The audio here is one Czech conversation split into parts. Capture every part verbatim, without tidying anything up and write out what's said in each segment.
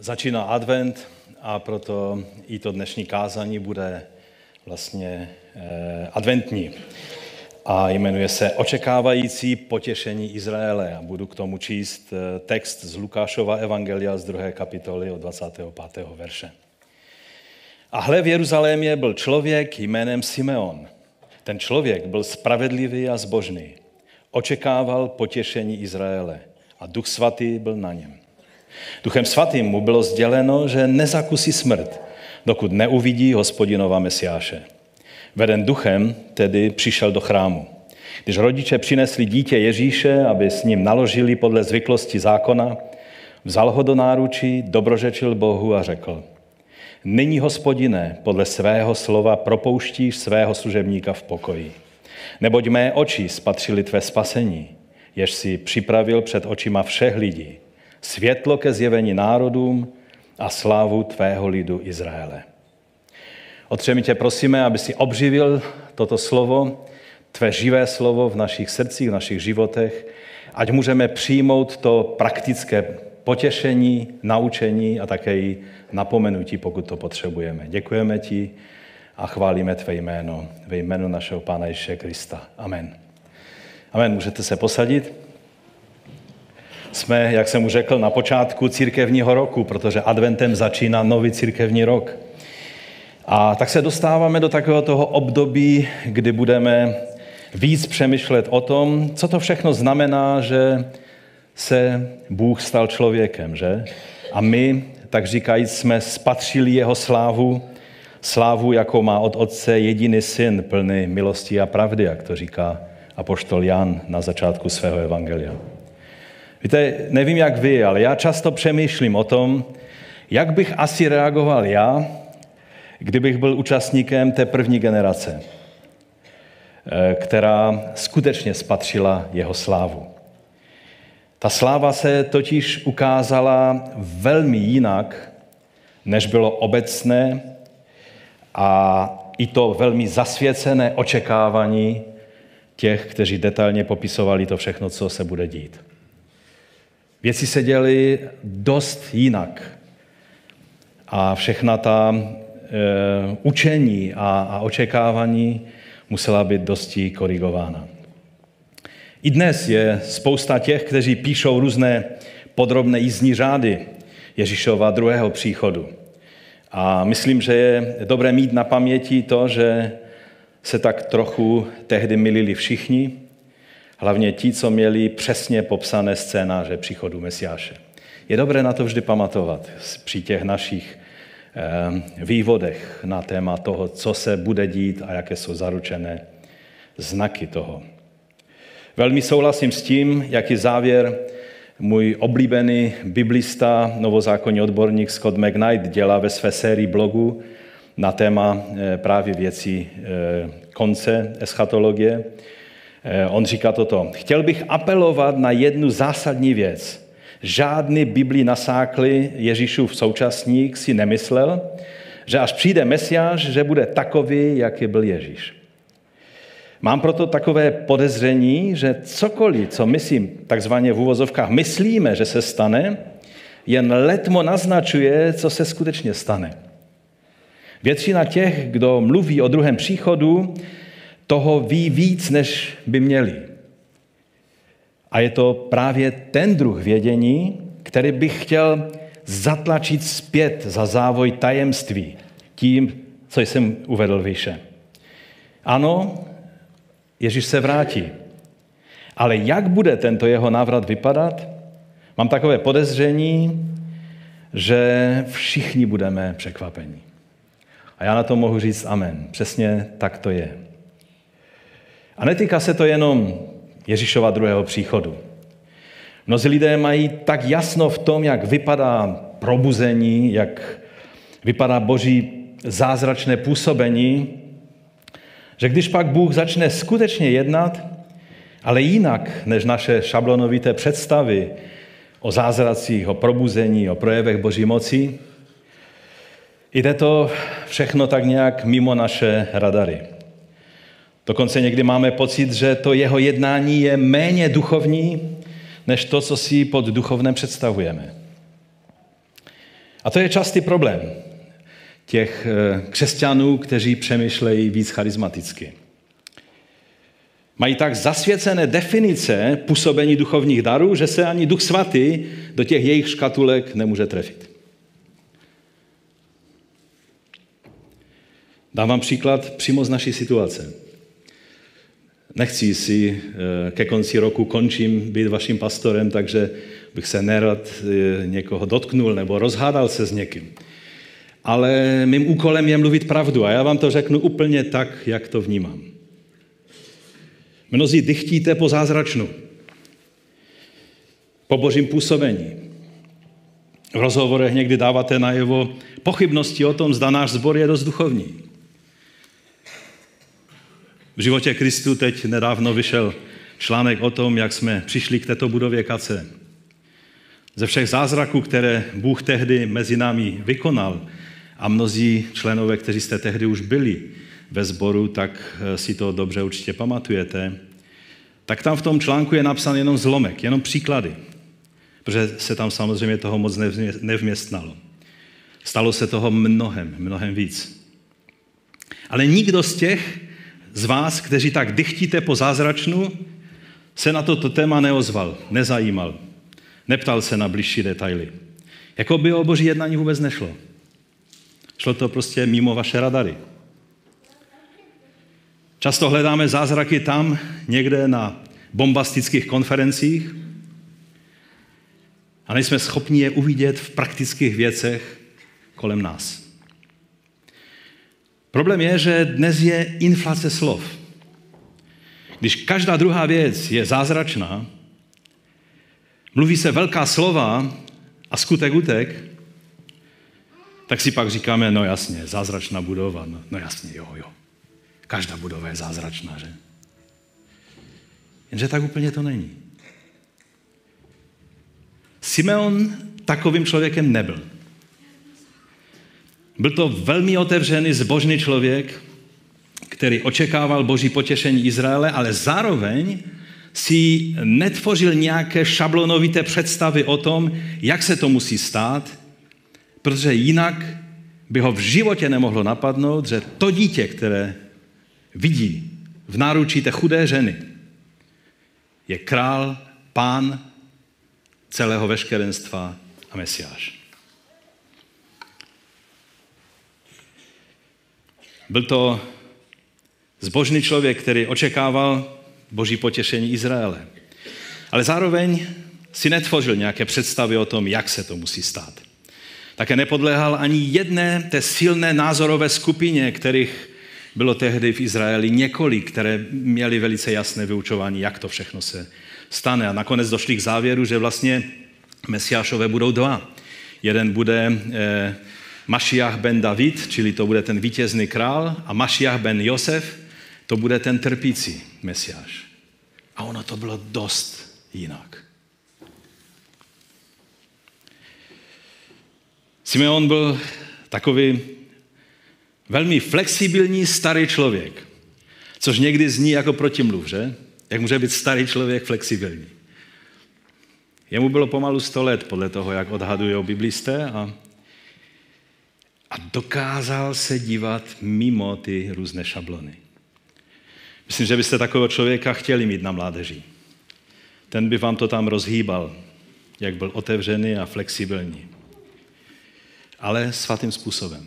Začíná advent a proto i to dnešní kázání bude vlastně eh, adventní. A jmenuje se Očekávající potěšení Izraele. A budu k tomu číst text z Lukášova evangelia z druhé kapitoly od dvacátého pátého verše. A hle, v Jeruzalémě byl člověk jménem Simeon. Ten člověk byl spravedlivý a zbožný. Očekával potěšení Izraele a Duch svatý byl na něm. Duchem svatým mu bylo sděleno, že nezakusí smrt, dokud neuvidí Hospodinova Mesiáše. Veden duchem tedy přišel do chrámu. Když rodiče přinesli dítě Ježíše, aby s ním naložili podle zvyklosti zákona, vzal ho do náručí, dobrořečil Bohu a řekl: Nyní, Hospodine, podle svého slova propouštíš svého služebníka v pokoji. Neboť mé oči spatřily tvé spasení, jež si připravil před očima všech lidí, světlo ke zjevení národům a slávu tvého lidu Izraele. Otče, my tě prosíme, aby si obživil toto slovo, tvé živé slovo v našich srdcích, v našich životech, ať můžeme přijmout to praktické potěšení, naučení a také i napomenutí, pokud to potřebujeme. Děkujeme ti a chválíme tvé jméno, ve jménu našeho Pána Ježíše Krista. Amen. Amen. Můžete se posadit? Jsme, jak jsem už řekl, na počátku církevního roku, protože adventem začíná nový církevní rok. A tak se dostáváme do takového toho období, kdy budeme víc přemýšlet o tom, co to všechno znamená, že se Bůh stal člověkem, že? A my, tak říkajíc, jsme spatřili jeho slávu, slávu, jakou má od Otce jediný syn, plný milosti a pravdy, jak to říká apoštol Jan na začátku svého evangelia. Víte, nevím jak vy, ale já často přemýšlím o tom, jak bych asi reagoval já, kdybych byl účastníkem té první generace, která skutečně spatřila jeho slávu. Ta sláva se totiž ukázala velmi jinak, než bylo obecné a i to velmi zasvěcené očekávání těch, kteří detailně popisovali to všechno, co se bude dít. Věci se děly dost jinak a všechna ta e, učení a, a očekávání musela být dosti korigována. I dnes je spousta těch, kteří píšou různé podrobné jízdní řády Ježíšova druhého příchodu. A myslím, že je dobré mít na paměti to, že se tak trochu tehdy mylili všichni, hlavně ti, co měli přesně popsané scénáře příchodu Mesiáše. Je dobré na to vždy pamatovat při těch našich vývodech na téma toho, co se bude dít a jaké jsou zaručené znaky toho. Velmi souhlasím s tím, jaký závěr můj oblíbený biblista, novozákonní odborník Scott McKnight dělá ve své sérii blogů na téma právě věcí konce eschatologie. On říká toto: Chtěl bych apelovat na jednu zásadní věc. Žádný Biblii nasáklý Ježíšův současník si nemyslel, že až přijde Mesiáš, že bude takový, jaký byl Ježíš. Mám proto takové podezření, že cokoliv, co myslím, takzvaně v uvozovkách myslíme, že se stane, jen letmo naznačuje, co se skutečně stane. Většina těch, kdo mluví o druhém příchodu, toho ví víc, než by měli. A je to právě ten druh vědění, který bych chtěl zatlačit zpět za závoj tajemství tím, co jsem uvedl výše. Ano, Ježíš se vrátí. Ale jak bude tento jeho návrat vypadat? Mám takové podezření, že všichni budeme překvapeni. A já na to mohu říct amen. Přesně tak to je. A netýká se to jenom Ježíšova druhého příchodu. Mnozí lidé mají tak jasno v tom, jak vypadá probuzení, jak vypadá Boží zázračné působení, že když pak Bůh začne skutečně jednat, ale jinak než naše šablonovité představy o zázracích, o probuzení, o projevech Boží moci, jde to všechno tak nějak mimo naše radary. Dokonce někdy máme pocit, že to jeho jednání je méně duchovní, než to, co si pod duchovnem představujeme. A to je častý problém těch křesťanů, kteří přemýšlejí víc charismaticky. Mají tak zasvěcené definice působení duchovních darů, že se ani Duch Svatý do těch jejich škatulek nemůže trefit. Dám vám příklad přímo z naší situace. Nechci si ke konci roku končím být vaším pastorem, takže bych se nerad někoho dotknul nebo rozhádal se s někým. Ale mým úkolem je mluvit pravdu a já vám to řeknu úplně tak, jak to vnímám. Mnozí dychtíte po zázračnu, po božím působení. V rozhovorech někdy dáváte najevo pochybnosti o tom, zda náš sbor je dost duchovní. V životě Kristu teď nedávno vyšel článek o tom, jak jsme přišli k této budově K C. Ze všech zázraků, které Bůh tehdy mezi námi vykonal, a mnozí členové, kteří jste tehdy už byli ve sboru, tak si to dobře určitě pamatujete, tak tam v tom článku je napsán jenom zlomek, jenom příklady, protože se tam samozřejmě toho moc nevměstnalo. Stalo se toho mnohem, mnohem víc. Ale nikdo z těch z vás, kteří tak dychtíte po zázračnu, se na toto téma neozval, nezajímal, neptal se na bližší detaily. Jako by o boží jednání vůbec nešlo. Šlo to prostě mimo vaše radary. Často hledáme zázraky tam, někde na bombastických konferencích a nejsme schopni je uvidět v praktických věcech kolem nás. Problém je, že dnes je inflace slov. Když každá druhá věc je zázračná, mluví se velká slova a skutek utek, tak si pak říkáme, no jasně, zázračná budova, no, no jasně, jo, jo. Každá budova je zázračná, že? Jenže tak úplně to není. Simeon takovým člověkem nebyl. Byl to velmi otevřený, zbožný člověk, který očekával boží potěšení Izraele, ale zároveň si netvořil nějaké šablonovité představy o tom, jak se to musí stát, protože jinak by ho v životě nemohlo napadnout, že to dítě, které vidí v náručí té chudé ženy, je král, pán celého veškerenstva a Mesiáš. Byl to zbožný člověk, který očekával boží potěšení Izraele. Ale zároveň si netvořil nějaké představy o tom, jak se to musí stát. Také nepodléhal ani jedné té silné názorové skupině, kterých bylo tehdy v Izraeli několik, které měly velice jasné vyučování, jak to všechno se stane. A nakonec došli k závěru, že vlastně Mesiášové budou dva. Jeden bude eh, Mašiach ben David, čili to bude ten vítězný král, a Mašiach ben Josef, to bude ten trpící Mesiáš. A ono to bylo dost jinak. Simeon byl takový velmi flexibilní starý člověk, což někdy zní jako protimluv, že? Jak může být starý člověk flexibilní? Jemu bylo pomalu sto let, podle toho, jak odhadují biblisté, a, a dokázal se dívat mimo ty různé šablony. Myslím, že byste takového člověka chtěli mít na mládeži. Ten by vám to tam rozhýbal, jak byl otevřený a flexibilní. Ale svatým způsobem.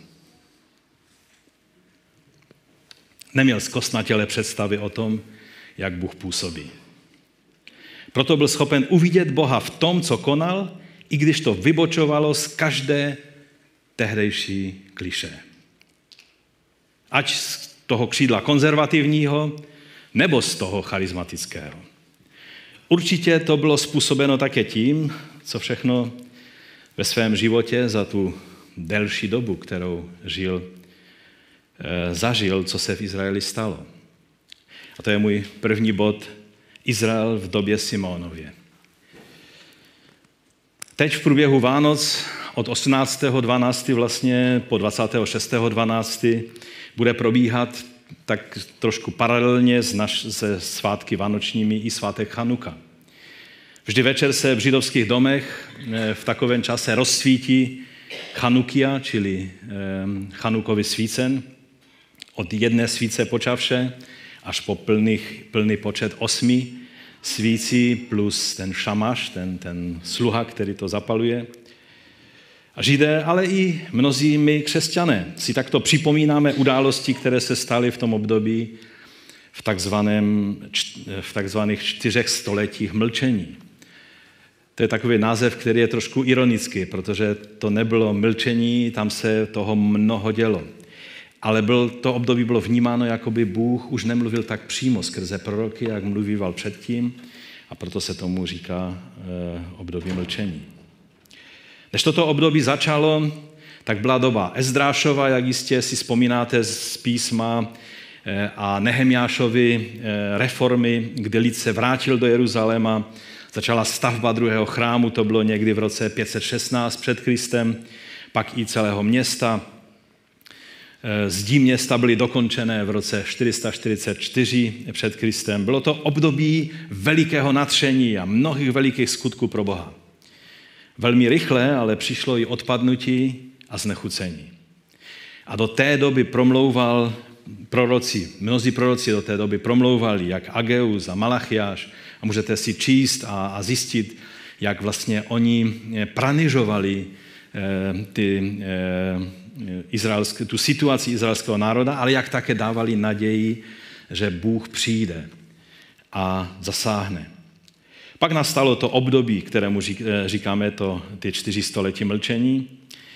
Neměl zkostnatělé představy o tom, jak Bůh působí. Proto byl schopen uvidět Boha v tom, co konal, i když to vybočovalo z každé tehdejší klišé. Ať z toho křídla konzervativního, nebo z toho charismatického. Určitě to bylo způsobeno také tím, co všechno ve svém životě za tu delší dobu, kterou žil, zažil, co se v Izraeli stalo. A to je můj první bod, Izrael v době Simeonově. Teď v průběhu Vánoc od osmnáctého dvanáctého vlastně po dvacátého šestého dvanáctého bude probíhat tak trošku paralelně s naš, se svátky vánočními i svátek Chanuka. Vždy večer se v židovských domech v takovém čase rozsvítí Chanukia, čili Chanukový svícen, od jedné svíce počavše až po plných, plný počet osmi svící plus ten šamaš, ten, ten sluha, který to zapaluje. A Židé, ale i mnozí my křesťané si takto připomínáme události, které se staly v tom období v, takzvaném, v takzvaných čtyřech stoletích mlčení. To je takový název, který je trošku ironický, protože to nebylo mlčení, tam se toho mnoho dělo. Ale byl, to období bylo vnímáno, jako by Bůh už nemluvil tak přímo skrze proroky, jak mluvíval předtím, a proto se tomu říká e, období mlčení. Než toto období začalo, tak byla doba Ezdrášova, jak jistě si vzpomínáte z písma, e, a Nehemjášovy e, reformy, kdy lid se vrátil do Jeruzaléma. Začala stavba druhého chrámu, to bylo někdy v roce pět set šestnáct před Kristem, pak i celého města. Zdi města byly dokončené v roce čtyři sta čtyřicet čtyři před Kristem. Bylo to období velikého nadšení a mnohých velikých skutků pro Boha. Velmi rychle, ale přišlo i odpadnutí a znechucení. A do té doby promlouval proroci, mnozí proroci do té doby promlouvali, jak Ageus a Malachiáš, a můžete si číst a, a zjistit, jak vlastně oni pranižovali eh, ty, eh, izraelské, tu situaci izraelského národa, ale jak také dávali naději, že Bůh přijde a zasáhne. Pak nastalo to období, kterému říkáme to, ty čtyři století mlčení.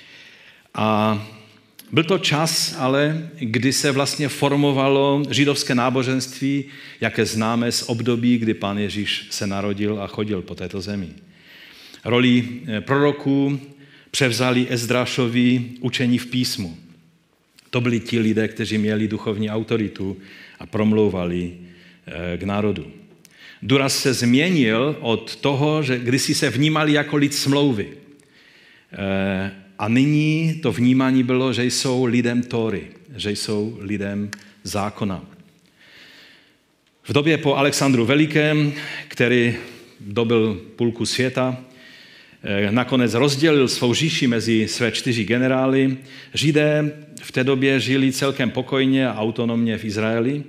A byl to čas, ale kdy se vlastně formovalo židovské náboženství, jaké známe z období, kdy Pán Ježíš se narodil a chodil po této zemi. Roli proroků převzali Ezdrášovi učení v písmu. To byli ti lidé, kteří měli duchovní autoritu a promlouvali k národu. Důraz se změnil od toho, že kdysi se vnímali jako lid smlouvy. A nyní to vnímání bylo, že jsou lidem Tóry, že jsou lidem zákona. V době po Alexandru Velikém, který dobil půlku světa, nakonec rozdělil svou říši mezi své čtyři generály. Židé v té době žili celkem pokojně a autonomně v Izraeli.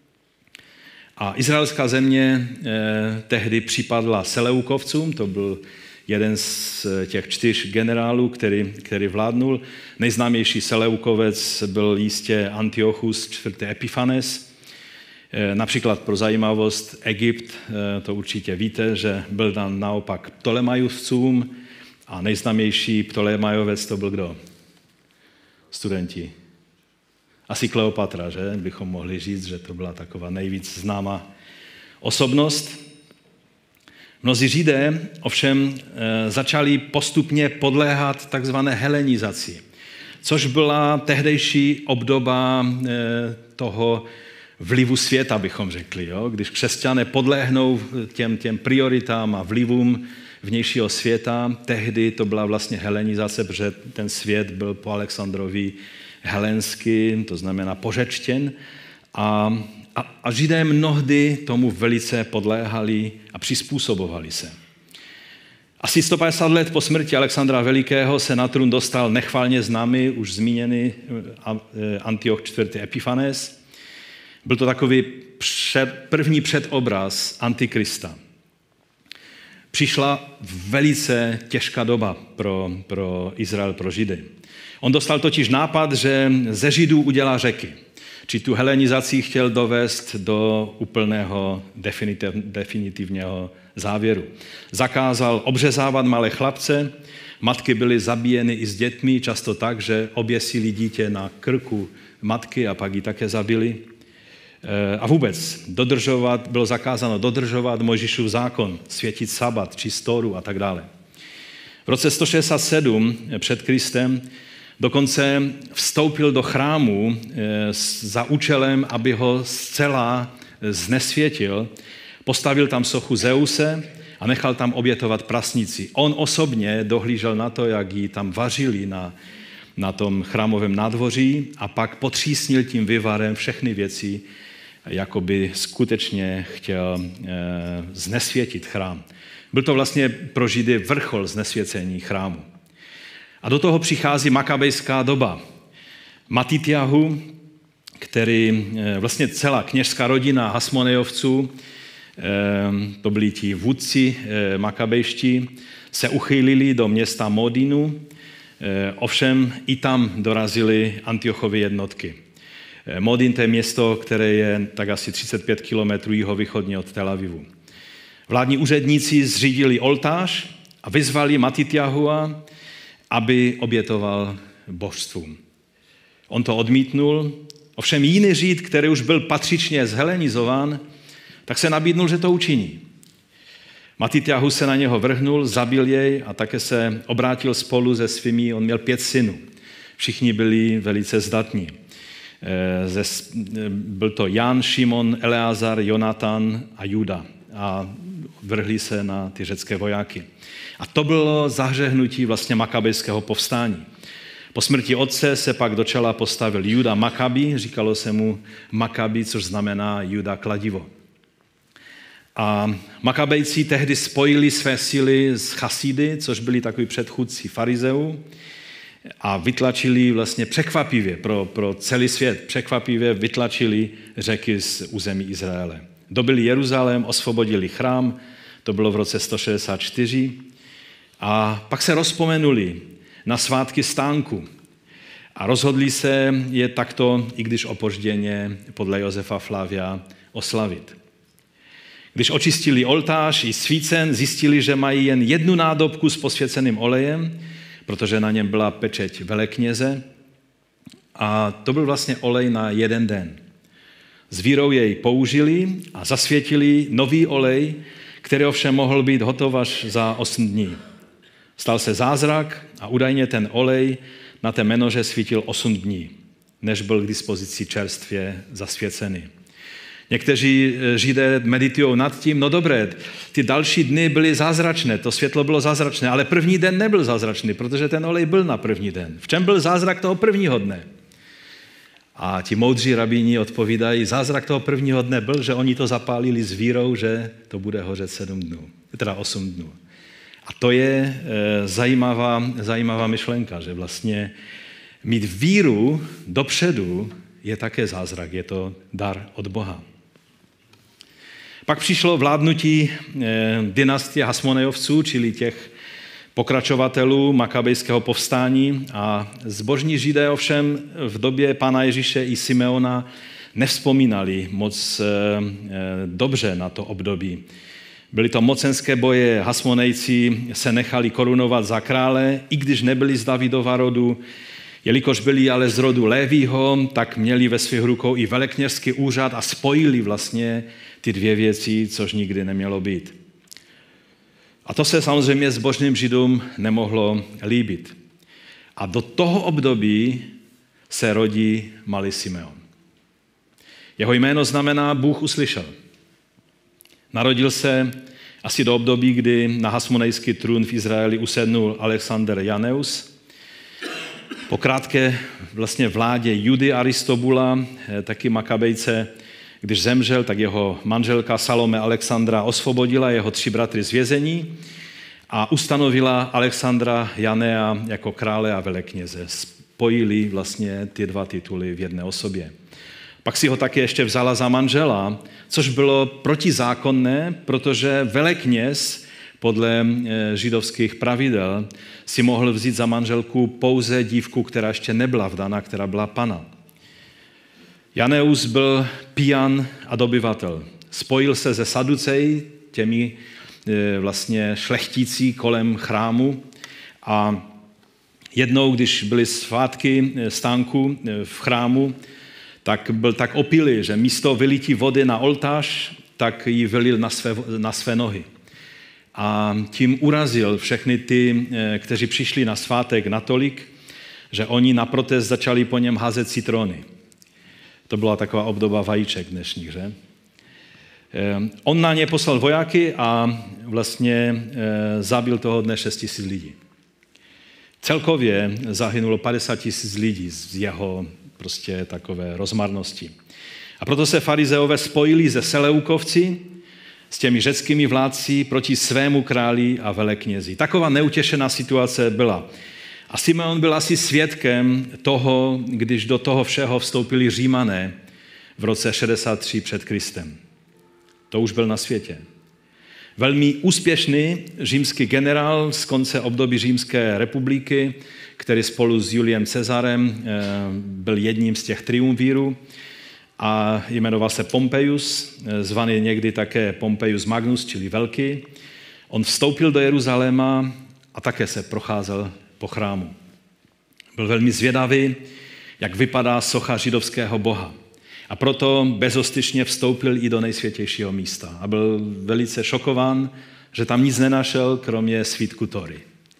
A izraelská země eh, tehdy připadla Seleukovcům, to byl jeden z těch čtyř generálů, který, který vládnul. Nejznámější Seleukovec byl jistě Antiochus čtvrtý Epifanes. Eh, například pro zajímavost Egypt, eh, to určitě víte, že byl dan naopak Ptolemajovcům a nejznámější Ptolemajovec to byl kdo? Studenti. Asi Kleopatra, že? Bychom mohli říct, že to byla taková nejvíc známá osobnost. Mnozí Židé ovšem začali postupně podléhat takzvané helenizaci, což byla tehdejší obdoba toho vlivu světa, bychom řekli. Jo? Když křesťané podléhnou těm, těm prioritám a vlivům vnějšího světa, tehdy to byla vlastně helenizace, protože ten svět byl po Alexandrovi helenský, to znamená pořečtěn. A, a, a Židé mnohdy tomu velice podléhali a přizpůsobovali se. Asi sto padesát let po smrti Alexandra Velikého se na trůn dostal nechvalně známý, už zmíněný Antioch čtvrtý Epifanes. Byl to takový před, první předobraz Antikrista. Přišla velice těžká doba pro, pro Izrael, pro Židy. On dostal totiž nápad, že ze Židů udělá Řeky. Či tu helenizaci chtěl dovést do úplného definitiv, definitivního závěru. Zakázal obřezávat malé chlapce, matky byly zabíjeny i s dětmi, často tak, že oběsili dítě na krku matky a pak ji také zabili. A vůbec dodržovat, bylo zakázáno dodržovat Mojžíšův zákon, světit sabat, či Tóru a tak dále. V roce sto šedesát sedm před Kristem dokonce vstoupil do chrámu za účelem, aby ho zcela znesvětil. Postavil tam sochu Zeuse a nechal tam obětovat prasnici. On osobně dohlížel na to, jak ji tam vařili na, na tom chrámovém nádvoří a pak potřísnil tím vyvarem všechny věci, jako by skutečně chtěl e, znesvětit chrám. Byl to vlastně pro Židy vrchol znesvěcení chrámu. A do toho přichází makabejská doba. Matitjahu, který vlastně celá kněžská rodina Hasmonejovců, to byli ti vůdci makabejští, se uchýlili do města Modinu, ovšem i tam dorazily Antiochovy jednotky. Modin to je město, které je tak asi třicet pět kilometrů jihovýchodně od Tel Avivu. Vládní úředníci zřídili oltář a vyzvali Matitjahua, aby obětoval božstvům. On to odmítnul, ovšem jiný Žid, který už byl patřičně zhelenizován, tak se nabídnul, že to učiní. Matitjahu se na něho vrhnul, zabil jej a také se obrátil spolu se svými, on měl pět synů. Všichni byli velice zdatní. Byl to Jan, Šimon, Eleazar, Jonatan a Juda. A vrhli se na ty řecké vojáky. A to bylo zahřehnutí vlastně makabejského povstání. Po smrti otce se pak do čela postavil Juda Makabi, říkalo se mu Makabi, což znamená Juda kladivo. A Makabejci tehdy spojili své síly s Chasidy, což byli takový předchůdci farizeů, a vytlačili vlastně překvapivě pro, pro celý svět, překvapivě vytlačili Řeky z území Izraele. Dobili Jeruzalém, osvobodili chrám, to bylo v roce sto šedesát čtyři, a pak se rozpomenuli na svátky stánku a rozhodli se je takto, i když opožděně podle Josefa Flavia, oslavit. Když očistili oltář i svícen, zjistili, že mají jen jednu nádobku s posvěceným olejem, protože na něm byla pečeť velekněze, a to byl vlastně olej na jeden den. S vírou jej použili a zasvětili nový olej, který ovšem mohl být hotov až za osm dní. Stal se zázrak a údajně ten olej na té menoře svítil osm dní, než byl k dispozici čerstvě zasvěcený. Někteří Židé meditují nad tím, no dobré, ty další dny byly zázračné, to světlo bylo zázračné, ale první den nebyl zázračný, protože ten olej byl na první den. V čem byl zázrak toho prvního dne? A ti moudří rabíni odpovídají, zázrak toho prvního dne byl, že oni to zapálili s vírou, že to bude hořet sedm dnů, teda osm dnů. A to je e, zajímavá, zajímavá myšlenka, že vlastně mít víru dopředu je také zázrak, je to dar od Boha. Pak přišlo vládnutí e, dynastie Hasmonejovců, čili těch pokračovatelů makabejského povstání, a zbožní Židé ovšem v době Pána Ježíše i Simeona nevzpomínali moc e, dobře na to období. Byly to mocenské boje, Hasmonejci se nechali korunovat za krále, i když nebyli z Davidova rodu. Jelikož byli ale z rodu Lévího, tak měli ve svých rukou i velekněžský úřad a spojili vlastně ty dvě věci, což nikdy nemělo být. A to se samozřejmě zbožným Židům nemohlo líbit. A do toho období se rodí malý Simeon. Jeho jméno znamená Bůh uslyšel. Narodil se asi do období, kdy na hasmonejský trůn v Izraeli usednul Alexander Janeus. Po krátké vlastně vládě Judy Aristobula, taky Makabejce, když zemřel, tak jeho manželka Salome Alexandra osvobodila jeho tři bratry z vězení a ustanovila Alexandra Janea jako krále a velekněze. Spojili vlastně ty dva tituly v jedné osobě. Pak si ho taky ještě vzala za manžela, což bylo protizákonné, protože velekněz podle židovských pravidel si mohl vzít za manželku pouze dívku, která ještě nebyla vdaná, která byla pana. Janeus byl pijan a dobyvatel. Spojil se se Saduceji, těmi vlastně šlechtící kolem chrámu, a jednou, když byly svátky stánku v chrámu, tak byl tak opilý, že místo vylití vody na oltář, tak ji vylil na své, na své nohy. A tím urazil všechny ty, kteří přišli na svátek natolik, že oni na protest začali po něm házet citrony. To byla taková obdoba vajíček dnešních, že? On na ně poslal vojáky a vlastně zabil toho dne šest tisíc lidí. Celkově zahynulo padesát tisíc lidí z jeho prostě takové rozmarnosti. A proto se farizeové spojili se Seleukovci, s těmi řeckými vládci proti svému králi a veleknězi. Taková neutěšená situace byla. A Simeon byl asi svědkem toho, když do toho všeho vstoupili Římané v roce šedesát tři před Kristem. To už byl na světě. Velmi úspěšný římský generál z konce období Římské republiky, který spolu s Juliem Cezarem byl jedním z těch triumvírů a jmenoval se Pompeius, zvaný někdy také Pompeius Magnus, čili velký. On vstoupil do Jeruzaléma a také se procházel po chrámu. Byl velmi zvědavý, jak vypadá socha židovského boha. A proto bezostyšně vstoupil i do nejsvětějšího místa. A byl velice šokován, že tam nic nenašel, kromě svítku Tory.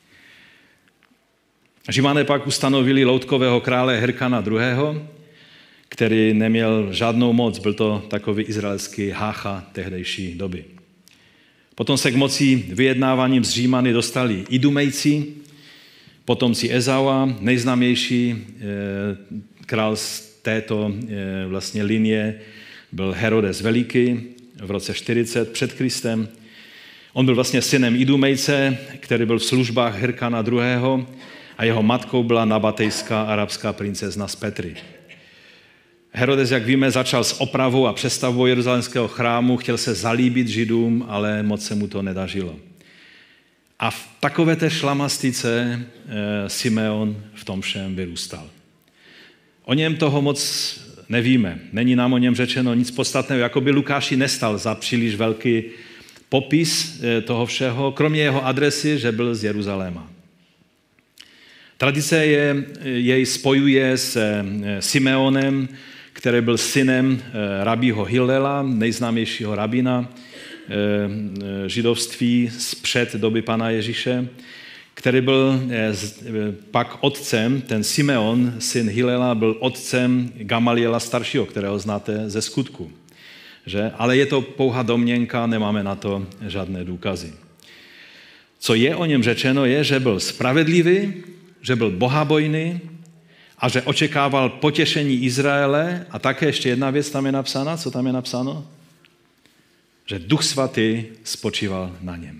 Římané pak ustanovili loutkového krále Hirkana druhého., který neměl žádnou moc, byl to takový izraelský Hácha tehdejší doby. Potom se k moci vyjednáváním s Římany dostali Idumejci, potomci Ezaua, nejznámější král z této vlastně linie byl Herodes Veliký v roce čtyřicet před Kristem. On byl vlastně synem Idumejce, který byl v službách Hirkana druhého. a jeho matkou byla nabatejská arabská princezna z Petry. Herodes, jak víme, začal s opravou a přestavbou jeruzalémského chrámu, chtěl se zalíbit Židům, ale moc se mu to nedařilo. A v takové té šlamastice e, Simeon v tom všem vyrůstal. O něm toho moc nevíme. Není nám o něm řečeno nic podstatného. Jakoby Lukáši nestal za příliš velký popis e, toho všeho, kromě jeho adresy, že byl z Jeruzaléma. Tradice je, jej spojuje s e, Simeonem, který byl synem e, rabího Hillela, nejznámějšího rabína e, židovství z před doby Pana Ježíše, který byl e, pak otcem, ten Simeon, syn Hillela, byl otcem Gamaliela staršího, kterého znáte ze Skutku. Že? Ale je to pouhá domněnka, nemáme na to žádné důkazy. Co je o něm řečeno, je, že byl spravedlivý, že byl bohabojný a že očekával potěšení Izraele. A také ještě jedna věc tam je napsána. Co tam je napsáno? Že Duch Svatý spočíval na něm.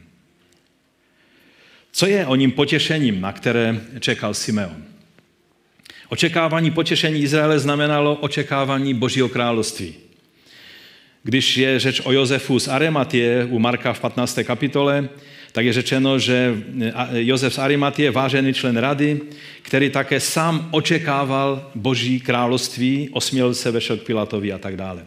Co je o ním potěšením, na které čekal Simeon? Očekávání potěšení Izraele znamenalo očekávání Božího království. Když je řeč o Josefu z Arimatie u Marka v patnácté kapitole, tak je řečeno, že Josef z Arimatie, vážený člen rady, který také sám očekával Boží království, osměl se, vešel k Pilatovi a tak dále.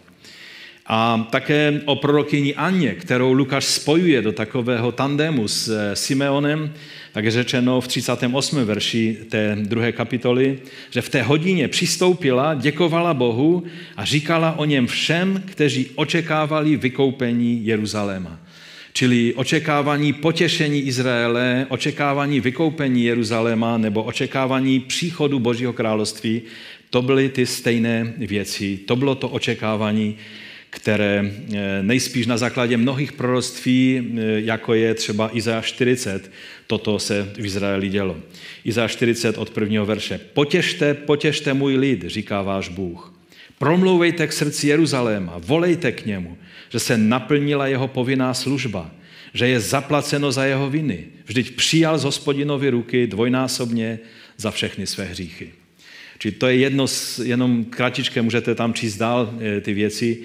A také o prorokyni Anně, kterou Lukáš spojuje do takového tandemu s Simeonem, tak je řečeno v třicátém osmém verši té druhé kapitoly, že v té hodině přistoupila, děkovala Bohu a říkala o něm všem, kteří očekávali vykoupení Jeruzaléma. Čili očekávání potěšení Izraele, očekávání vykoupení Jeruzaléma nebo očekávání příchodu Božího království, to byly ty stejné věci. To bylo to očekávání, které nejspíš na základě mnohých proroctví, jako je třeba Izajáš čtyřicet, toto se v Izraeli dělo. Izajáš čtyřicet od prvního verše. Potěšte, potěšte můj lid, říká váš Bůh. Promlouvejte k srdci Jeruzaléma, volejte k němu, že se naplnila jeho povinná služba, že je zaplaceno za jeho viny. Vždyť přijal z Hospodinovy ruky dvojnásobně za všechny své hříchy. Čili to je jedno, jenom kratičké, můžete tam číst dál ty věci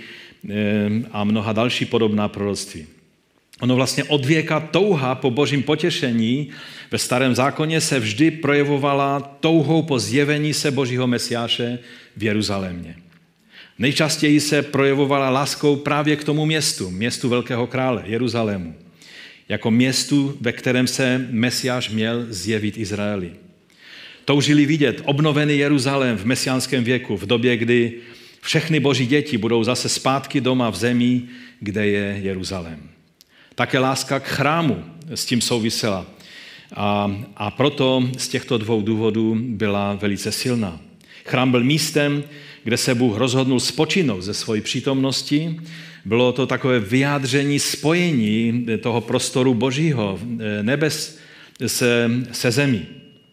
a mnoha další podobná proroctví. Ono vlastně od věka touha po božím potěšení ve starém zákoně se vždy projevovala touhou po zjevení se Božího Mesiáše v Jeruzalémě. Nejčastěji se projevovala láskou právě k tomu městu, městu Velkého krále, Jeruzalému, jako městu, ve kterém se Mesiáš měl zjevit Izraeli. Toužili vidět obnovený Jeruzalém v mesiánském věku, v době, kdy všechny boží děti budou zase zpátky doma v zemi, kde je Jeruzalém. Také láska k chrámu s tím souvisela. A, a proto z těchto dvou důvodů byla velice silná. Chrám byl místem, kde se Bůh rozhodnul spočinout ze své přítomnosti. Bylo to takové vyjádření spojení toho prostoru božího, nebes se, se zemí.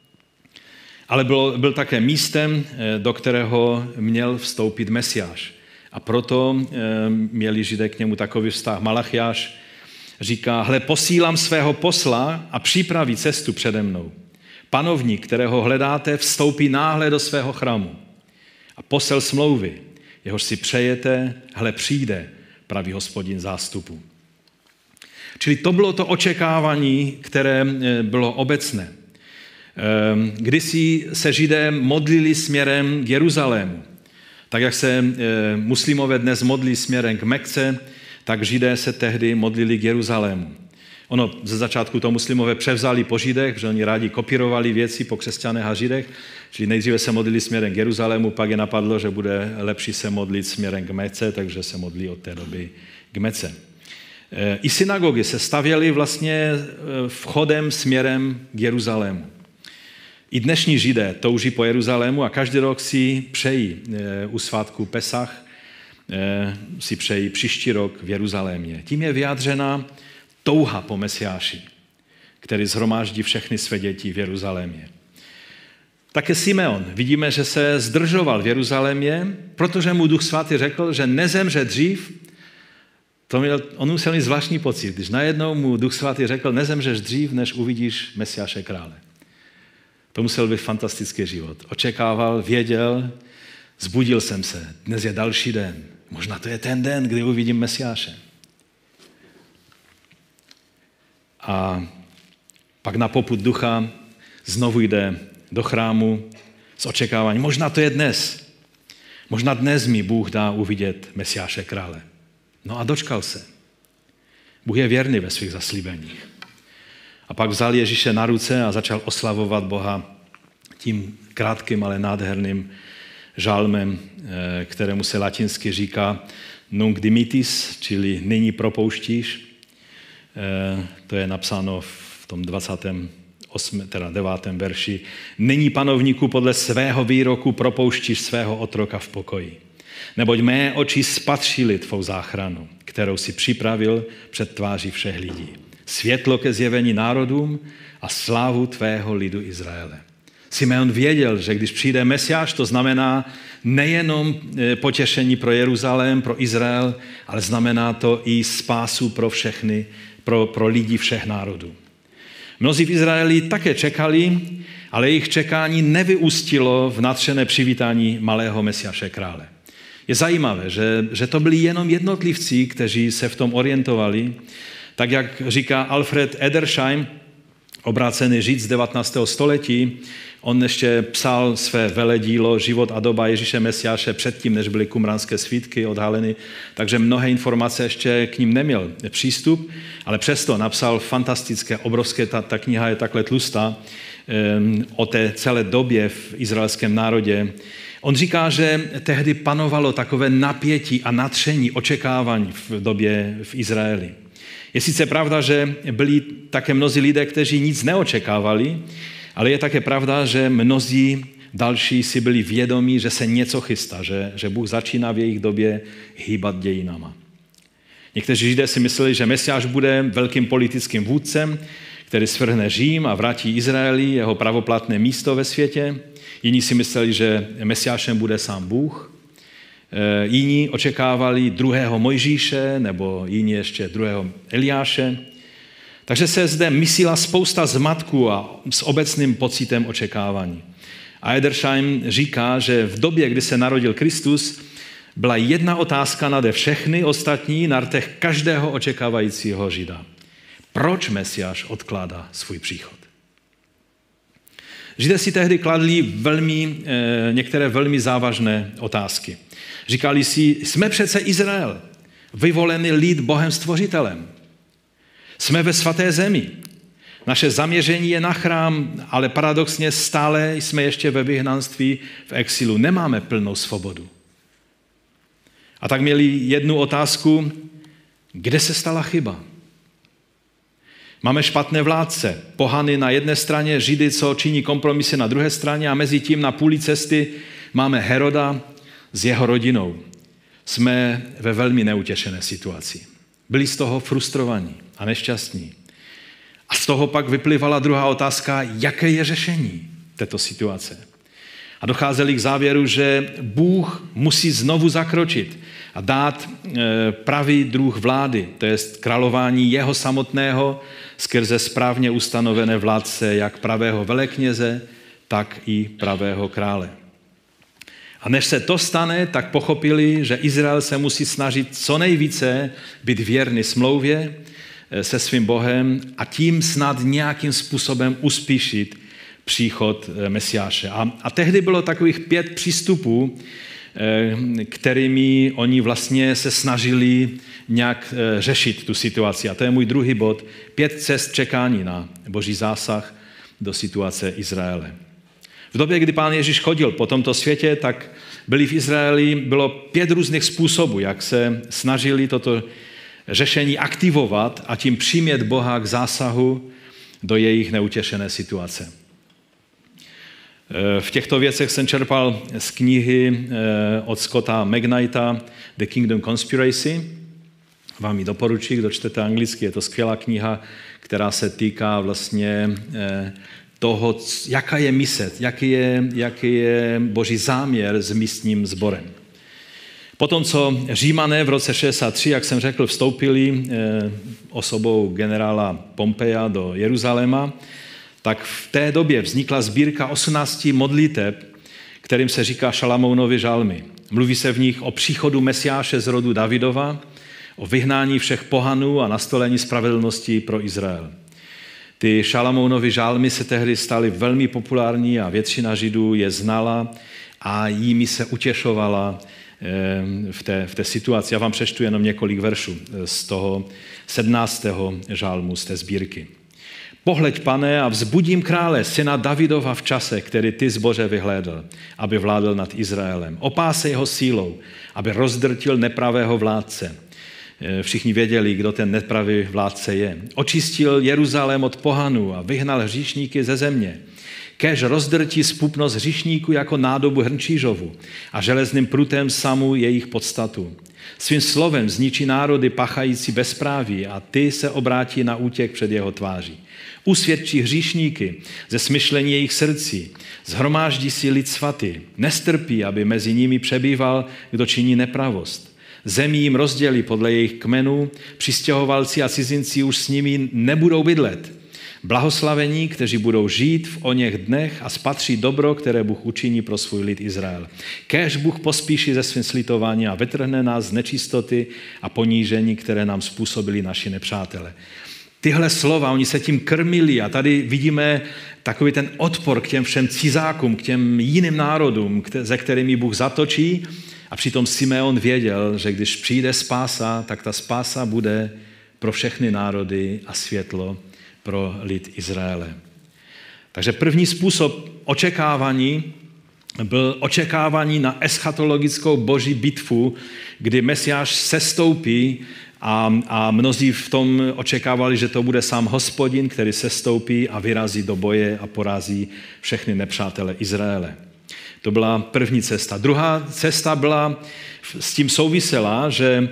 Ale bylo, byl také místem, do kterého měl vstoupit Mesiáš. A proto měli Židé k němu takový vztah. Malachiáš říká, hle, posílám svého posla a připraví cestu přede mnou. Panovník, kterého hledáte, vstoupí náhle do svého chrámu. A posel smlouvy, jehož si přejete, hle přijde, praví Hospodin zástupu. Čili to bylo to očekávání, které bylo obecné. Kdysi se Židé modlili směrem k Jeruzalému. Tak jak se muslimové dnes modlí směrem k Mekce, tak Židé se tehdy modlili k Jeruzalému. Ono ze začátku to muslimové převzali po Židech, protože oni rádi kopírovali věci po křesťanech a Židech, čili nejdříve se modlili směrem k Jeruzalému, pak je napadlo, že bude lepší se modlit směrem k Mece, takže se modlí od té doby k Mece. I synagogy se stavěly vlastně vchodem směrem k Jeruzalému. I dnešní Židé touží po Jeruzalému a každý rok si přejí u svátku Pesach, si přejí příští rok v Jeruzalémě. Tím je vyjádřena touha po Mesiáši, který shromáždí všechny své děti v Jeruzalémě. Také Simeon, vidíme, že se zdržoval v Jeruzalémě, protože mu Duch Svatý řekl, že nezemře dřív. To měl, on musel mít zvláštní pocit, když najednou mu Duch Svatý řekl, nezemřeš dřív, než uvidíš Mesiáše krále. To musel být fantastický život. Očekával, věděl, zbudil jsem se, dnes je další den. Možná to je ten den, kdy uvidím Mesiáše. A pak na popud ducha znovu jde do chrámu s očekáváním. Možná to je dnes. Možná dnes mi Bůh dá uvidět Mesiáše krále. No a dočkal se. Bůh je věrný ve svých zaslíbeních. A pak vzal Ježíše na ruce a začal oslavovat Boha tím krátkým, ale nádherným žalmem, kterému se latinsky říká nunc dimittis, čili nyní propouštíš. To je napsáno v tom dvacátém osmém, teda devátém verši. Nyní, panovníku, podle svého výroku propouštíš svého otroka v pokoji. Neboť mé oči spatřily tvou záchranu, kterou si připravil před tváří všech lidí. Světlo ke zjevení národům a slávu tvého lidu Izraele. Simeon věděl, že když přijde Mesiáš, to znamená nejenom potěšení pro Jeruzalém, pro Izrael, ale znamená to i spásu pro všechny, pro, pro lidi všech národů. Mnozí v Izraeli také čekali, ale jejich čekání nevyústilo v nadšené přivítání malého Mesiáše krále. Je zajímavé, že, že to byli jenom jednotlivci, kteří se v tom orientovali, tak jak říká Alfred Edersheim, obrácený Žid z devatenáctého století, on ještě psal své veledílo Život a doba Ježíše Mesiáše předtím, než byly kumranské svítky odhaleny, takže mnohé informace ještě k ním neměl přístup, ale přesto napsal fantastické, obrovské, ta, ta kniha je takhle tlustá, um, o té celé době v izraelském národě. On říká, že tehdy panovalo takové napětí a nadšení, očekávání v době v Izraeli. Je sice pravda, že byli také mnozí lidé, kteří nic neočekávali, ale je také pravda, že mnozí další si byli vědomí, že se něco chystá, že, že Bůh začíná v jejich době hýbat dějinama. Někteří Židé si mysleli, že Mesiáš bude velkým politickým vůdcem, který svrhne Řím a vrátí Izraeli jeho pravoplatné místo ve světě. Jiní si mysleli, že Mesiášem bude sám Bůh. Jiní očekávali druhého Mojžíše nebo jiní ještě druhého Eliáše. Takže se zde myslela spousta zmatků a s obecným pocitem očekávání. A Edersheim říká, že v době, kdy se narodil Kristus, byla jedna otázka nade všechny ostatní na rtech každého očekávajícího Žida. Proč Mesiáš odkládá svůj příchod? Židé si tehdy kladli velmi, některé velmi závažné otázky. Říkali si, jsme přece Izrael, vyvolený lid Bohem stvořitelem. Jsme ve svaté zemi. Naše zaměření je na chrám, ale paradoxně stále jsme ještě ve vyhnanství v exilu. Nemáme plnou svobodu. A tak měli jednu otázku, kde se stala chyba? Máme špatné vládce, pohany na jedné straně, Židy, co činí kompromisy na druhé straně a mezi tím na půli cesty máme Heroda s jeho rodinou. Jsme ve velmi neutěšené situaci. Byli z toho frustrovaní a nešťastní. A z toho pak vyplývala druhá otázka, jaké je řešení této situace. A docházeli k závěru, že Bůh musí znovu zakročit a dát pravý druh vlády, to je králování jeho samotného skrze správně ustanovené vládce jak pravého velekněze, tak i pravého krále. A než se to stane, tak pochopili, že Izrael se musí snažit co nejvíce být věrný smlouvě se svým Bohem a tím snad nějakým způsobem uspíšit příchod Mesiáše. A, a tehdy bylo takových pět přístupů, kterými oni vlastně se snažili nějak řešit tu situaci. A to je můj druhý bod. Pět cest čekání na Boží zásah do situace Izraele. V době, kdy Pán Ježíš chodil po tomto světě, tak byli v Izraeli, bylo pět různých způsobů, jak se snažili toto řešení aktivovat a tím přimět Boha k zásahu do jejich neutěšené situace. V těchto věcech jsem čerpal z knihy od Scotta McKnighta The Kingdom Conspiracy. Vám ji doporučuji, kdo čtete anglicky, je to skvělá kniha, která se týká vlastně toho, jaká je mise, jaký je, jaký je Boží záměr s místním sborem. Potom, co Římané v roce šedesát tři, jak jsem řekl, vstoupili osobou generála Pompeja do Jeruzaléma, tak v té době vznikla sbírka osmnácti modliteb, kterým se říká Šalamounovy žalmy. Mluví se v nich o příchodu Mesiáše z rodu Davidova, o vyhnání všech pohanů a nastolení spravedlnosti pro Izrael. Ty Šalamounovy žalmy se tehdy staly velmi populární a většina Židů je znala a jimi se utěšovala v té, v té situaci. Já vám přečtu jenom několik veršů z toho sedmnáctého žalmu z té sbírky. Pohleď, Pane, a vzbudím krále, syna Davidova v čase, který ty zboře vyhlédl, aby vládl nad Izraelem. Opásej ho sílou, aby rozdrtil nepravého vládce. Všichni věděli, kdo ten nepravý vládce je. Očistil Jeruzalém od pohanů a vyhnal hříšníky ze země. Kéž rozdrtí zpupnost hříšníků jako nádobu hrnčířovu a železným prutem samu jejich podstatu. Svým slovem zničí národy pachající bezpráví a ty se obrátí na útěk před jeho tváří. Usvědčí hříšníky ze smyšlení jejich srdcí, zhromáždí si lid svatý, nestrpí, aby mezi nimi přebýval, kdo činí nepravost. Zemí jim rozdělí podle jejich kmenů, přistěhovalci a cizinci už s nimi nebudou bydlet. Blahoslavení, kteří budou žít v oněch dnech a spatří dobro, které Bůh učiní pro svůj lid Izrael. Kéž Bůh pospíší ze svým slitování a vytrhne nás z nečistoty a ponížení, které nám způsobili naši nepřátelé. Tyhle slova, oni se tím krmili a tady vidíme takový ten odpor k těm všem cizákům, k těm jiným národům, ze kterými Bůh zatočí. A přitom Simeon věděl, že když přijde spása, tak ta spása bude pro všechny národy a světlo pro lid Izraele. Takže první způsob očekávání byl očekávání na eschatologickou boží bitvu, kdy Mesiáš sestoupí a, a mnozí v tom očekávali, že to bude sám Hospodin, který sestoupí a vyrazí do boje a porazí všechny nepřátele Izraele. To byla první cesta. Druhá cesta byla s tím souvisela, že,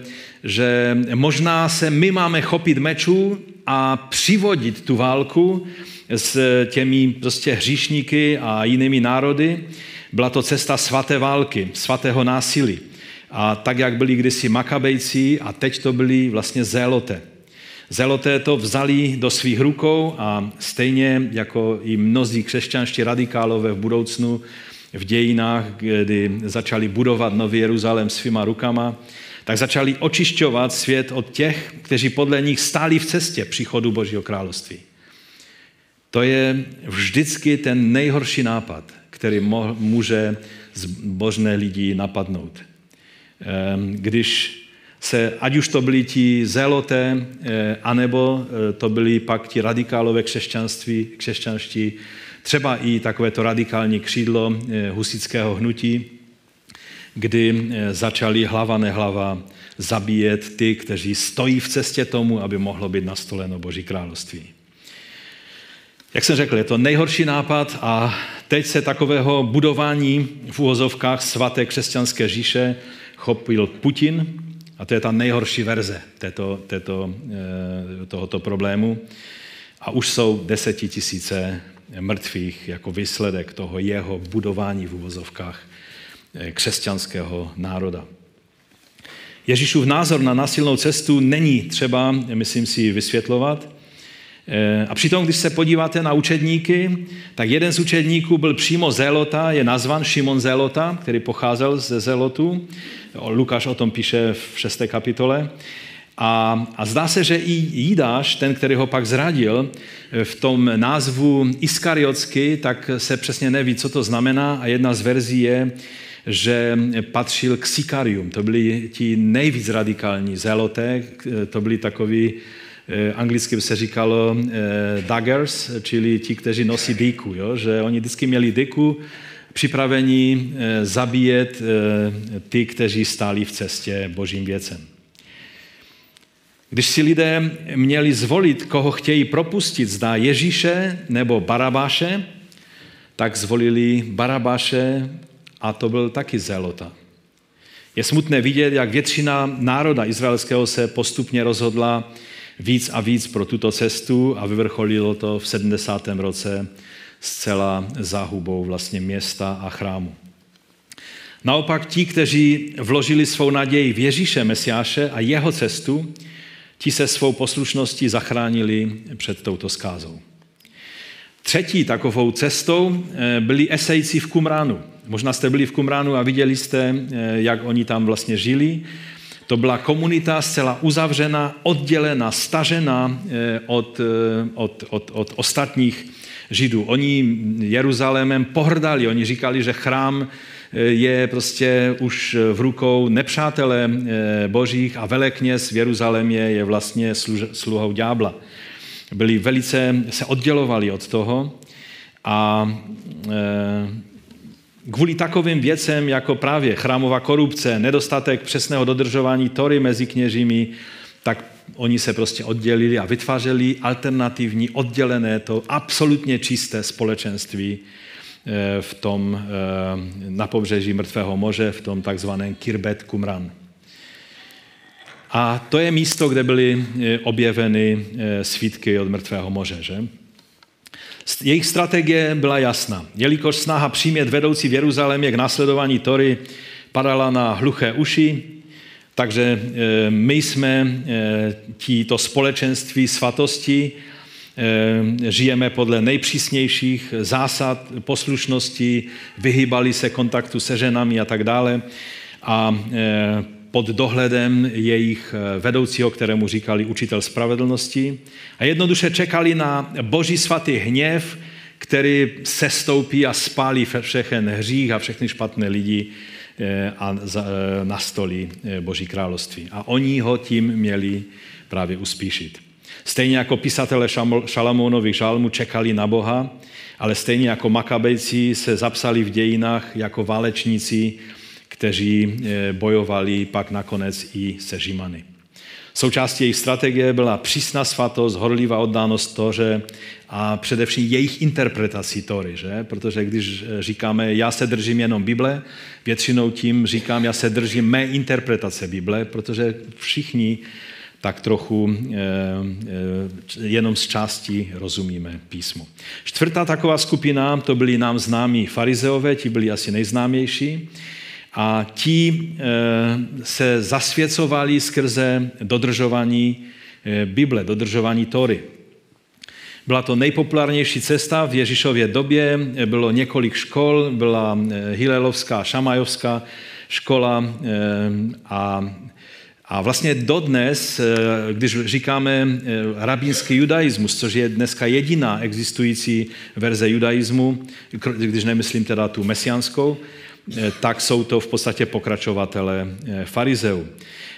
že možná se my máme chopit mečů a přivodit tu válku s těmi prostě hříšníky a jinými národy. Byla to cesta svaté války, svatého násilí. A tak, jak byli kdysi Makabejci a teď to byli vlastně Zéloté. Zéloté to vzali do svých rukou a stejně jako i mnozí křesťanští radikálové v budoucnu v dějinách, kdy začali budovat Nový Jeruzalém svýma rukama, tak začali očišťovat svět od těch, kteří podle nich stáli v cestě příchodu Božího království. To je vždycky ten nejhorší nápad, který může zbožné lidi napadnout. Když se, ať už to byli ti zéloté, anebo to byli pak ti radikálové křesťanství, křesťanští, třeba i takovéto radikální křídlo husitského hnutí, kdy začali hlava nehlava zabíjet ty, kteří stojí v cestě tomu, aby mohlo být nastoleno Boží království. Jak jsem řekl, je to nejhorší nápad a teď se takového budování v uvozovkách svaté křesťanské říše chopil Putin a to je ta nejhorší verze této, této, tohoto problému. A už jsou desetitisíce mrtvých jako výsledek toho jeho budování v uvozovkách křesťanského národa. Ježíšův názor na násilnou cestu není třeba, myslím si, vysvětlovat. A přitom, když se podíváte na učedníky, tak jeden z učedníků byl přímo Zélota, je nazvan Šimon Zélota, který pocházel ze Zélotu. Lukáš o tom píše v šesté kapitole. A, a zdá se, že i Jidáš, ten, který ho pak zradil, v tom názvu Iskariotský, tak se přesně neví, co to znamená. A jedna z verzí je, že patřil k Sikarium. To byli ti nejvíc radikální zéloté, to byli takoví, anglicky by se říkalo daggers, čili ti, kteří nosí dyku, jo? Že oni vždycky měli dyku, připraveni zabíjet ty, kteří stáli v cestě božím věcem. Když si lidé měli zvolit, koho chtějí propustit, zda Ježíše nebo Barabáše, tak zvolili Barabáše a to byl taky zélota. Je smutné vidět, jak většina národa izraelského se postupně rozhodla víc a víc pro tuto cestu a vyvrcholilo to v sedmdesátém roce zcela záhubou vlastně města a chrámu. Naopak ti, kteří vložili svou naději v Ježíše Mesiáše a jeho cestu, ti se svou poslušností zachránili před touto zkázou. Třetí takovou cestou byli Esejci v Kumránu. Možná jste byli v Kumránu a viděli jste, jak oni tam vlastně žili. To byla komunita zcela uzavřená, oddělená, stažená od, od, od, od ostatních Židů. Oni Jeruzalémem pohrdali, oni říkali, že chrám je prostě už v rukou nepřátele božích a velekněz v Jeruzalémě je vlastně sluhou ďábla. Byli velice, se oddělovali od toho a kvůli takovým věcem, jako právě chrámová korupce, nedostatek přesného dodržování Tory mezi kněžími, tak oni se prostě oddělili a vytvářeli alternativní, oddělené, to absolutně čisté společenství v tom, na pobřeží Mrtvého moře, v tom takzvaném Kirbet Kumran. A to je místo, kde byly objeveny svítky od Mrtvého moře, že? Jejich strategie byla jasná. Jelikož snaha přimět vedoucí v Jeruzalémě k následování Tory padala na hluché uši, takže my jsme títo společenství svatosti, žijeme podle nejpřísnějších zásad poslušnosti, vyhýbali se kontaktu se ženami a tak dále. A pod dohledem jejich vedoucího, kterému říkali učitel spravedlnosti. A jednoduše čekali na boží svatý hněv, který sestoupí a spálí všechen hřích a všechny špatné lidi a nastolí boží království. A oni ho tím měli právě uspíšit. Stejně jako pisatelé Šalamounových žalmů čekali na Boha, ale stejně jako Makabejci se zapsali v dějinách jako válečníci, kteří bojovali pak nakonec i se Římany. Součástí jejich strategie byla přísná svatost, horlivá oddánost Tóře a především jejich interpretací Tóry, že? Protože když říkáme, já se držím jenom Bible, většinou tím říkám, já se držím mé interpretace Bible, protože všichni tak trochu jenom z části rozumíme písmu. Čtvrtá taková skupina, to byli nám známí farizeové, ti byli asi nejznámější, a ti se zasvěcovali skrze dodržování Bible, dodržování Tory. Byla to nejpopulárnější cesta v Ježíšově době, bylo několik škol, byla Hilelovská, Šamajovská škola a, a vlastně dodnes, když říkáme rabínský judaismus, což je dneska jediná existující verze judaismu, když nemyslím teda tu mesiánskou, tak jsou to v podstatě pokračovatelé farizeů.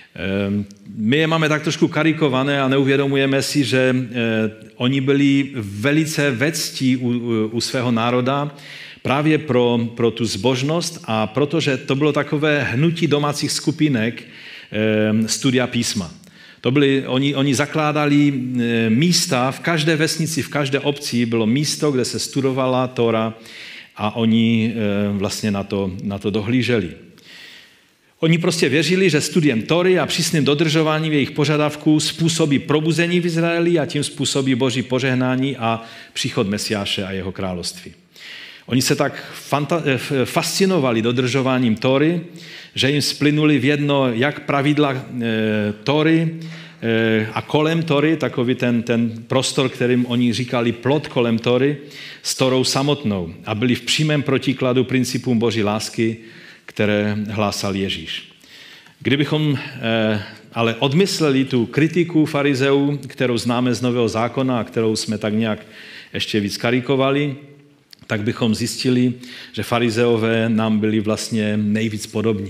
My je máme tak trošku karikované a neuvědomujeme si, že oni byli velice vectí u, u svého národa právě pro, pro tu zbožnost a protože to bylo takové hnutí domácích skupinek studia písma. To byli, oni, oni zakládali místa, v každé vesnici, v každé obci bylo místo, kde se studovala Tóra, a oni vlastně na to, na to dohlíželi. Oni prostě věřili, že studiem Tory a přísným dodržováním jejich požadavků způsobí probuzení v Izraeli a tím způsobí Boží požehnání a příchod Mesiáše a jeho království. Oni se tak fanta- fascinovali dodržováním Tory, že jim splynuli v jedno jak pravidla e, Tory e, a kolem Tory, takový ten, ten prostor, kterým oni říkali plot kolem Tory, s Torou samotnou a byli v přímém protikladu principům Boží lásky, které hlásal Ježíš. Kdybychom e, ale odmysleli tu kritiku farizeů, kterou známe z Nového zákona a kterou jsme tak nějak ještě víc karikovali, tak bychom zjistili, že farizeové nám byli vlastně nejvíc podobní.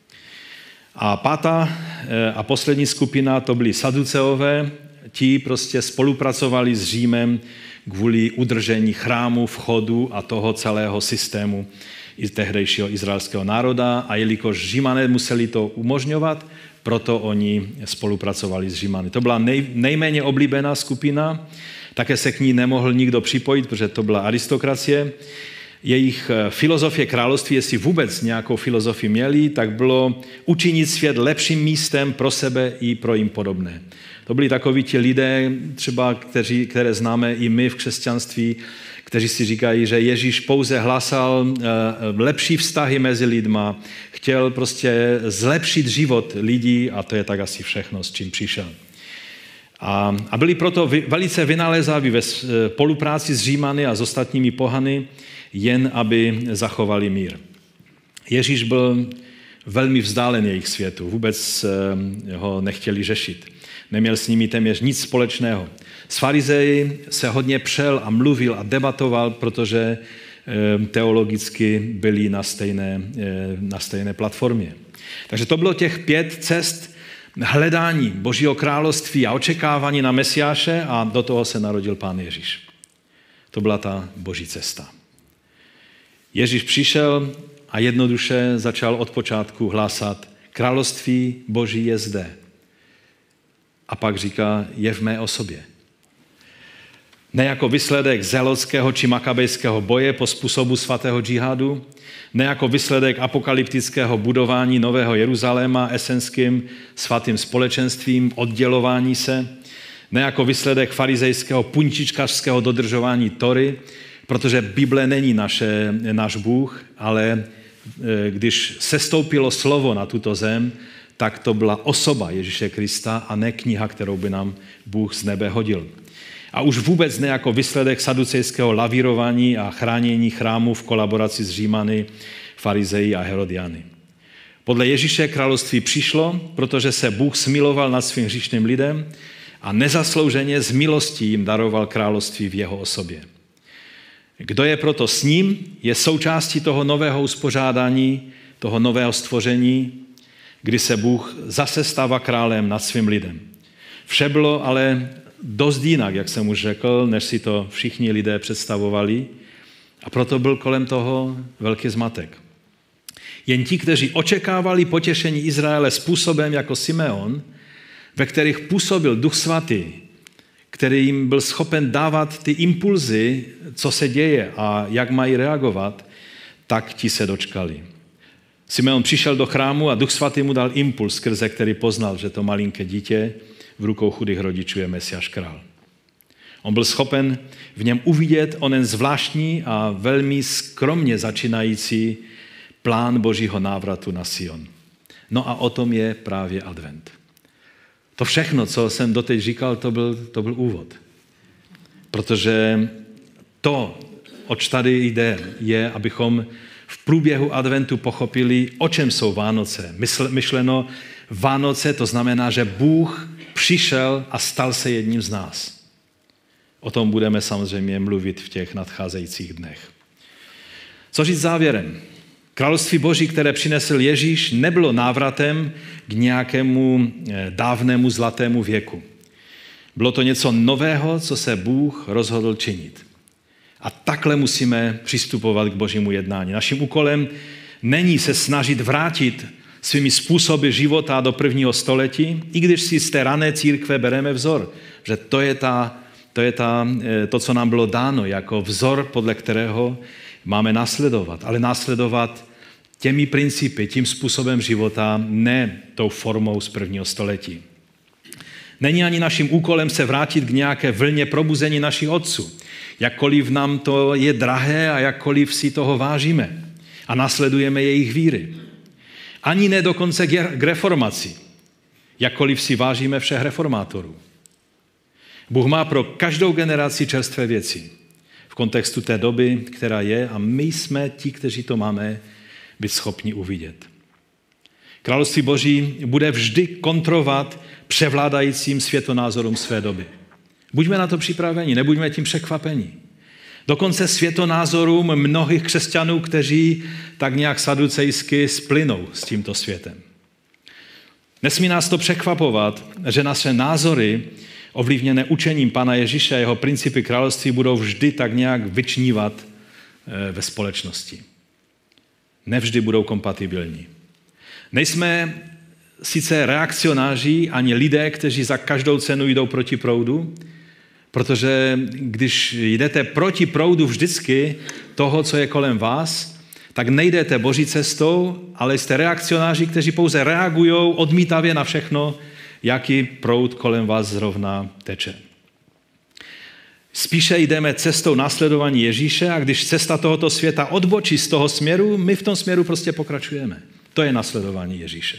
A pátá a poslední skupina, to byli saduceové, ti prostě spolupracovali s Římem kvůli udržení chrámu, vchodu a toho celého systému i tehdejšího izraelského národa a jelikož Římané museli to umožňovat, proto oni spolupracovali s Římany. To byla nej, nejméně oblíbená skupina, také se k ní nemohl nikdo připojit, protože to byla aristokracie. Jejich filozofie království, jestli vůbec nějakou filozofii měli, tak bylo učinit svět lepším místem pro sebe i pro jim podobné. To byli takoví ti lidé, třeba kteří, které známe i my v křesťanství, kteří si říkají, že Ježíš pouze hlásal lepší vztahy mezi lidma, chtěl prostě zlepšit život lidí a to je tak asi všechno, s čím přišel. A, a byli proto vy, velice vynalézaví ve spolupráci s Římany a s ostatními pohany, jen aby zachovali mír. Ježíš byl velmi vzdálen jejich světu, vůbec ho nechtěli řešit. Neměl s nimi téměř nic společného. S farizeji se hodně přel a mluvil a debatoval, protože teologicky byli na stejné, na stejné platformě. Takže to bylo těch pět cest hledání Božího království a očekávání na Mesiáše a do toho se narodil Pán Ježíš. To byla ta Boží cesta. Ježíš přišel a jednoduše začal od počátku hlásat: království Boží je zde. A pak říká, je v mé osobě. Ne jako výsledek zelotského či makabejského boje po způsobu svatého džihádu, ne jako výsledek apokalyptického budování Nového Jeruzaléma esenským svatým společenstvím, oddělování se, ne jako výsledek farizejského puntičkařského dodržování Tory, protože Bible není naše, náš Bůh, ale když sestoupilo slovo na tuto zem, tak to byla osoba Ježíše Krista a ne kniha, kterou by nám Bůh z nebe hodil. A už vůbec ne jako výsledek saducejského lavírování a chránění chrámu v kolaboraci s Římany, farizeji a Herodiany. Podle Ježíše království přišlo, protože se Bůh smiloval nad svým hříšným lidem a nezaslouženě z milostí jim daroval království v jeho osobě. Kdo je proto s ním, je součástí toho nového uspořádání, toho nového stvoření, kdy se Bůh zase stává králem nad svým lidem. Vše bylo ale dost jinak, jak jsem už řekl, než si to všichni lidé představovali a proto byl kolem toho velký zmatek. Jen ti, kteří očekávali potěšení Izraele způsobem jako Simeon, ve kterých působil Duch Svatý, který jim byl schopen dávat ty impulzy, co se děje a jak mají reagovat, tak ti se dočkali. Simeon přišel do chrámu a Duch Svatý mu dal impuls, skrze který poznal, že to malinké dítě v rukou chudých rodičů je Mesiáš král. On byl schopen v něm uvidět onen zvláštní a velmi skromně začínající plán Božího návratu na Sion. No a o tom je právě advent. To všechno, co jsem doteď říkal, to byl, to byl úvod. Protože to, oč tady jde, je, abychom v průběhu adventu pochopili, o čem jsou Vánoce. Myšleno Vánoce, to znamená, že Bůh přišel a stal se jedním z nás. O tom budeme samozřejmě mluvit v těch nadcházejících dnech. Co říct závěrem? Království Boží, které přinesl Ježíš, nebylo návratem k nějakému dávnému zlatému věku. Bylo to něco nového, co se Bůh rozhodl činit. A takhle musíme přistupovat k Božímu jednání. Naším úkolem není se snažit vrátit svými způsoby života do prvního století, i když si z té rané církve bereme vzor, že to je, ta, to, je ta, to, co nám bylo dáno jako vzor, podle kterého máme následovat, ale následovat těmi principy, tím způsobem života, ne tou formou z prvního století. Není ani naším úkolem se vrátit k nějaké vlně probuzení našich otců. Jakkoliv nám to je drahé a jakkoliv si toho vážíme a následujeme jejich víry. Ani ne dokonce k reformaci, jakkoliv si vážíme všech reformátorů. Bůh má pro každou generaci čerstvé věci v kontextu té doby, která je, a my jsme ti, kteří to máme být schopni uvidět. Království Boží bude vždy kontrovat převládajícím světonázorům své doby. Buďme na to připraveni, nebuďme tím překvapeni. Dokonce světonázorům mnohých křesťanů, kteří tak nějak saducejsky splynou s tímto světem. Nesmí nás to překvapovat, že naše názory ovlivněné učením Pana Ježíše a jeho principy království budou vždy tak nějak vyčnívat ve společnosti. Nevždy budou kompatibilní. Nejsme sice reakcionáři ani lidé, kteří za každou cenu jdou proti proudu, protože když jdete proti proudu vždycky toho, co je kolem vás, tak nejdete Boží cestou, ale jste reakcionáři, kteří pouze reagují odmítavě na všechno, jaký proud kolem vás zrovna teče. Spíše jdeme cestou následování Ježíše a když cesta tohoto světa odbočí z toho směru, my v tom směru prostě pokračujeme. To je následování Ježíše.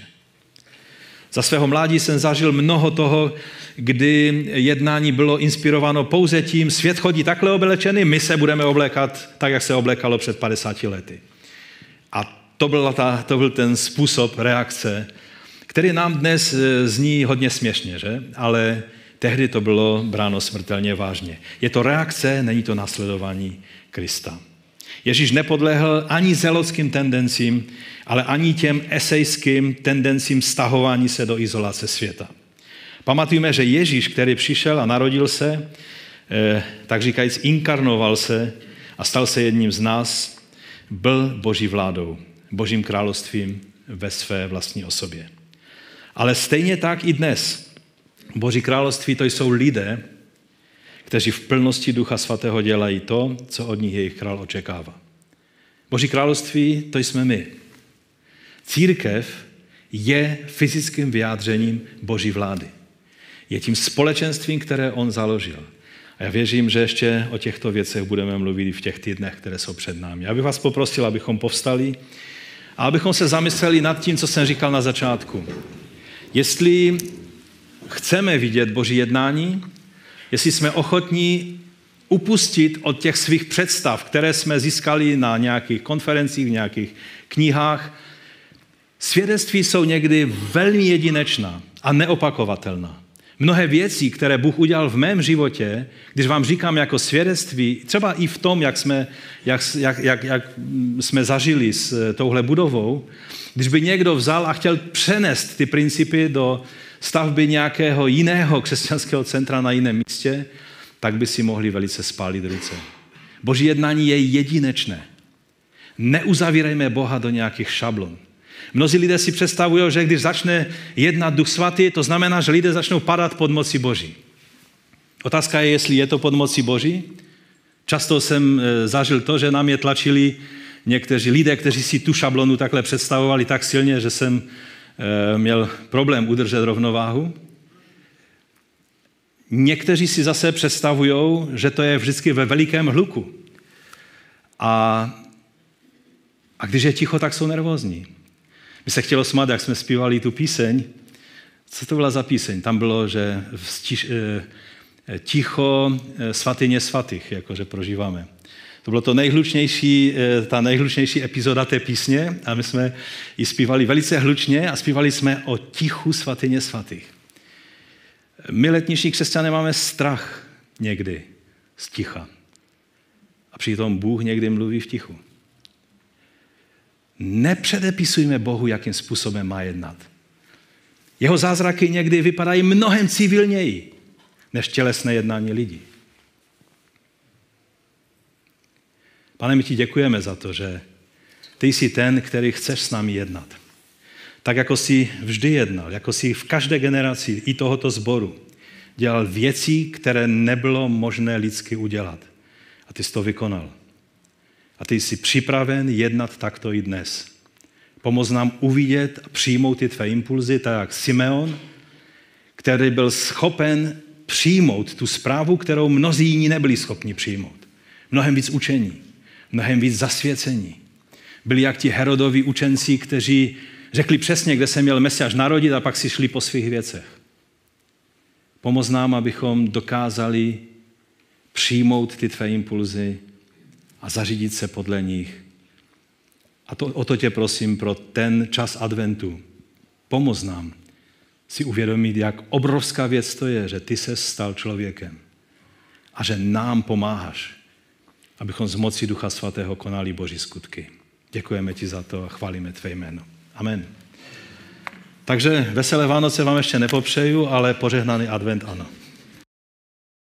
Za svého mládí jsem zažil mnoho toho, kdy jednání bylo inspirováno pouze tím, svět chodí takhle oblečený, my se budeme oblékat tak, jak se oblékalo před padesáti lety. A to byl, ta, to byl ten způsob reakce, který nám dnes zní hodně směšně, že? Ale tehdy to bylo bráno smrtelně vážně. Je to reakce, není to následování Krista. Ježíš nepodlehl ani zelotským tendencím, ale ani těm esejským tendencím stahování se do izolace světa. Pamatujme, že Ježíš, který přišel a narodil se, tak říkajíc inkarnoval se a stal se jedním z nás, byl Boží vládou, Božím královstvím ve své vlastní osobě. Ale stejně tak i dnes. Boží království to jsou lidé, kteří v plnosti Ducha Svatého dělají to, co od nich jejich král očekává. Boží království to jsme my. Církev je fyzickým vyjádřením Boží vlády. Je tím společenstvím, které on založil. A já věřím, že ještě o těchto věcech budeme mluvit v těch týdnech, které jsou před námi. Já bych vás poprosil, abychom povstali a abychom se zamysleli nad tím, co jsem říkal na začátku. Jestli chceme vidět Boží jednání, jestli jsme ochotní upustit od těch svých představ, které jsme získali na nějakých konferencích, v nějakých knihách. Svědectví jsou někdy velmi jedinečná a neopakovatelná. Mnohé věci, které Bůh udělal v mém životě, když vám říkám jako svědectví, třeba i v tom, jak jsme, jak, jak, jak, jak jsme zažili s touhle budovou, když by někdo vzal a chtěl přenést ty principy do stavby nějakého jiného křesťanského centra na jiném místě, tak by si mohli velice spálit ruce. Boží jednání je jedinečné. Neuzavírejme Boha do nějakých šablon. Mnozí lidé si představují, že když začne jednat Duch Svatý, to znamená, že lidé začnou padat pod mocí Boží. Otázka je, jestli je to pod mocí Boží. Často jsem zažil to, že nám je tlačili někteří lidé, kteří si tu šablonu takhle představovali tak silně, že jsem měl problém udržet rovnováhu. Někteří si zase představují, že to je vždycky ve velikém hluku. A, a když je ticho, tak jsou nervózní. Mi se chtělo smát, jak jsme zpívali tu píseň. Co to byla za píseň? Tam bylo, že stiš, ticho svatyně svatých, jakože prožíváme. To bylo to nejhlučnější, ta nejhlučnější epizoda té písně a my jsme ji zpívali velice hlučně a zpívali jsme o tichu svatyně svatých. My letniční křesťané máme strach někdy z ticha. A přitom Bůh někdy mluví v tichu. Nepředepisujme Bohu, jakým způsobem má jednat. Jeho zázraky někdy vypadají mnohem civilněji než tělesné jednání lidí. Pane, my ti děkujeme za to, že ty jsi ten, který chceš s námi jednat. Tak, jako jsi vždy jednal, jako jsi v každé generaci i tohoto sboru dělal věci, které nebylo možné lidsky udělat. A ty jsi to vykonal. A ty jsi připraven jednat takto i dnes. Pomoz nám uvidět a přijmout ty tvé impulzy, tak jak Simeon, který byl schopen přijmout tu zprávu, kterou mnozí jiní nebyli schopni přijmout. Mnohem víc učení, mnohem víc zasvěcení. Byli jak ti Herodovi učenci, kteří řekli přesně, kde se měl Mesiáš narodit a pak si šli po svých věcech. Pomoz nám, abychom dokázali přijmout ty tvé impulzy a zařídit se podle nich. A to, o to tě prosím pro ten čas adventu. Pomoz nám si uvědomit, jak obrovská věc to je, že ty se stal člověkem a že nám pomáháš, abychom z moci Ducha Svatého konali Boží skutky. Děkujeme ti za to a chválíme tvé jméno. Amen. Takže veselé Vánoce vám ještě nepopřeju, ale požehnaný advent ano.